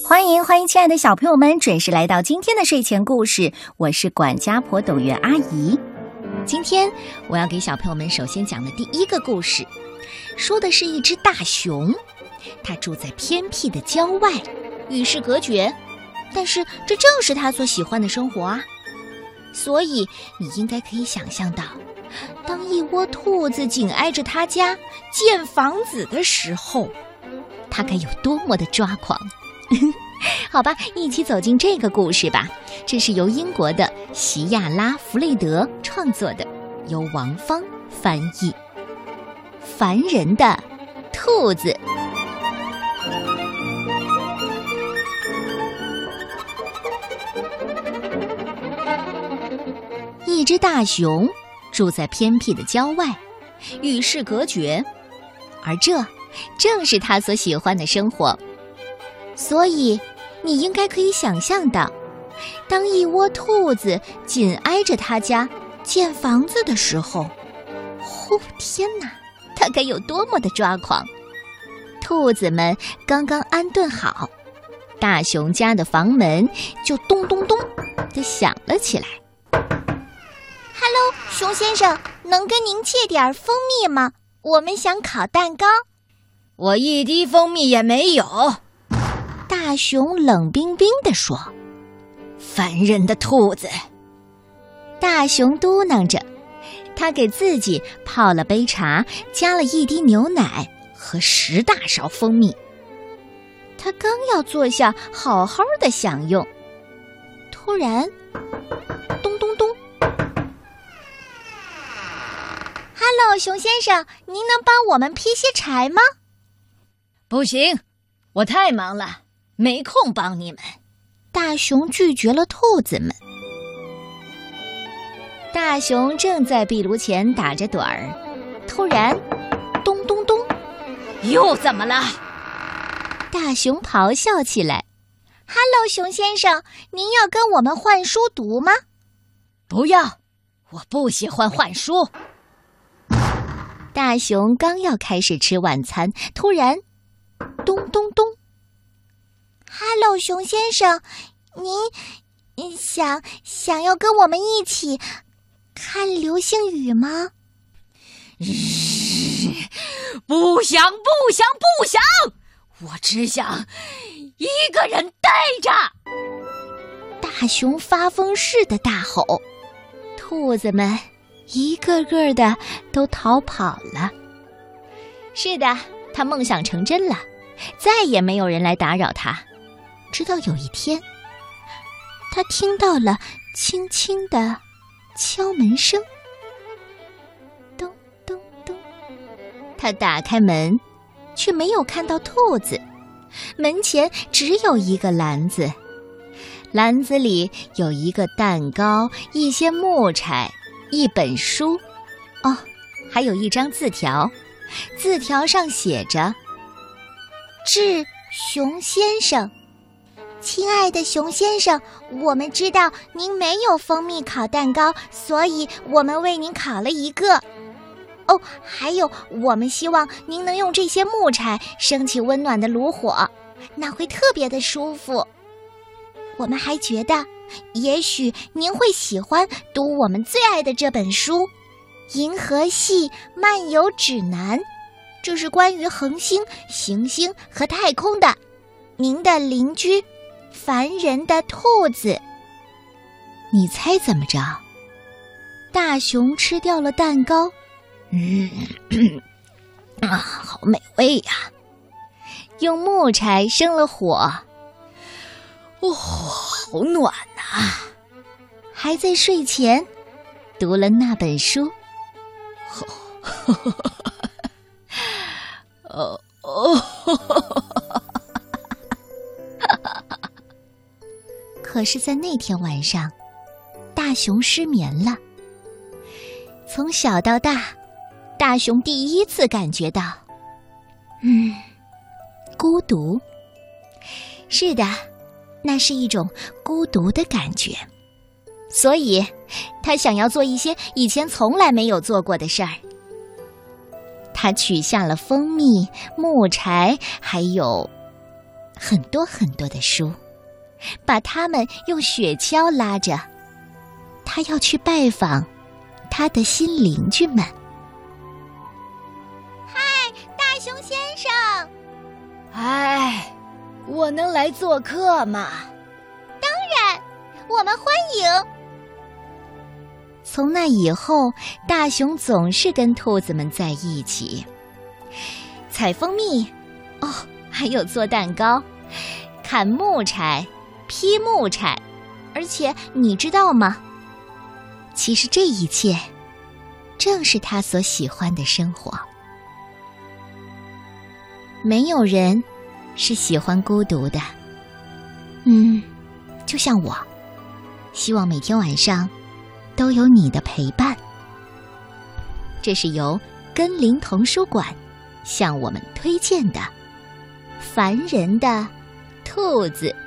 欢迎，亲爱的小朋友们，准时来到今天的睡前故事。我是管家婆董月阿姨。今天我要给小朋友们首先讲的第一个故事，说的是一只大熊，它住在偏僻的郊外，与世隔绝，但是这正是它所喜欢的生活啊。所以你应该可以想象到，当一窝兔子紧挨着它家建房子的时候，它该有多么的抓狂。好吧，一起走进这个故事吧。这是由英国的席亚拉·弗雷德创作的，由王芳翻译。烦人的兔子。一只大熊住在偏僻的郊外，与世隔绝，而这正是他所喜欢的生活。所以你应该可以想象到，当一窝兔子紧挨着他家建房子的时候，天哪，它该有多么的抓狂。兔子们刚刚安顿好，大熊家的房门就咚咚咚地响了起来。 Hello， 熊先生，能跟您借点蜂蜜吗？我们想烤蛋糕。 我一滴蜂蜜也没有。 大熊冷冰冰地说。 烦人的兔子。 大熊嘟囔着，他给自己泡了杯茶，加了一滴牛奶和10大勺蜂蜜。他刚要坐下好好的享用，突然咚咚咚。 Hello， 熊先生，您能帮我们劈些柴吗？ 不行，我太忙了，没空帮你们。 大熊拒绝了兔子们。大熊正在壁炉前打着盹儿，突然咚咚咚。 又怎么了？ 大熊咆哮起来。 Hello， 熊先生，您要跟我们换书读吗？ 不要，我不喜欢换书。 大熊刚要开始吃晚餐，突然咚咚咚。 Hello， 熊先生，您想要跟我们一起看流星雨吗？ 不想，我只想一个人待着。 大熊发疯似的大吼，兔子们一个个的都逃跑了。是的，他梦想成真了，再也没有人来打扰他。直到有一天，他听到了轻轻的敲门声，咚咚咚。他打开门，却没有看到兔子，门前只有一个篮子，篮子里有一个蛋糕，一些木柴，一本书，还有一张字条，字条上写着： 致熊先生。亲爱的熊先生，我们知道您没有蜂蜜烤蛋糕，所以我们为您烤了一个。还有，我们希望您能用这些木柴升起温暖的炉火，那会特别的舒服。我们还觉得，也许您会喜欢读我们最爱的这本书《银河系漫游指南》，这是关于恒星、行星和太空的。您的邻居，烦人的兔子。 你猜怎么着？大熊吃掉了蛋糕。 好美味呀！ 用木柴生了火。 好暖啊！ 还在睡前读了那本书。可是在那天晚上，大熊失眠了。从小到大，大熊第一次感觉到孤独。是的，那是一种孤独的感觉。所以他想要做一些以前从来没有做过的事儿。他取下了蜂蜜、木柴，还有很多很多的书，把它们用雪橇拉着。他要去拜访他的新邻居们。 嗨，大熊先生！ 哎，我能来做客吗？ 当然，我们欢迎。 从那以后，大熊总是跟兔子们在一起，采蜂蜜，还有做蛋糕，砍木柴，劈木柴。而且你知道吗？其实这一切正是他所喜欢的生活。没有人是喜欢孤独的，就像我，希望每天晚上都有你的陪伴。这是由根林童书馆向我们推荐的《烦人的兔子》。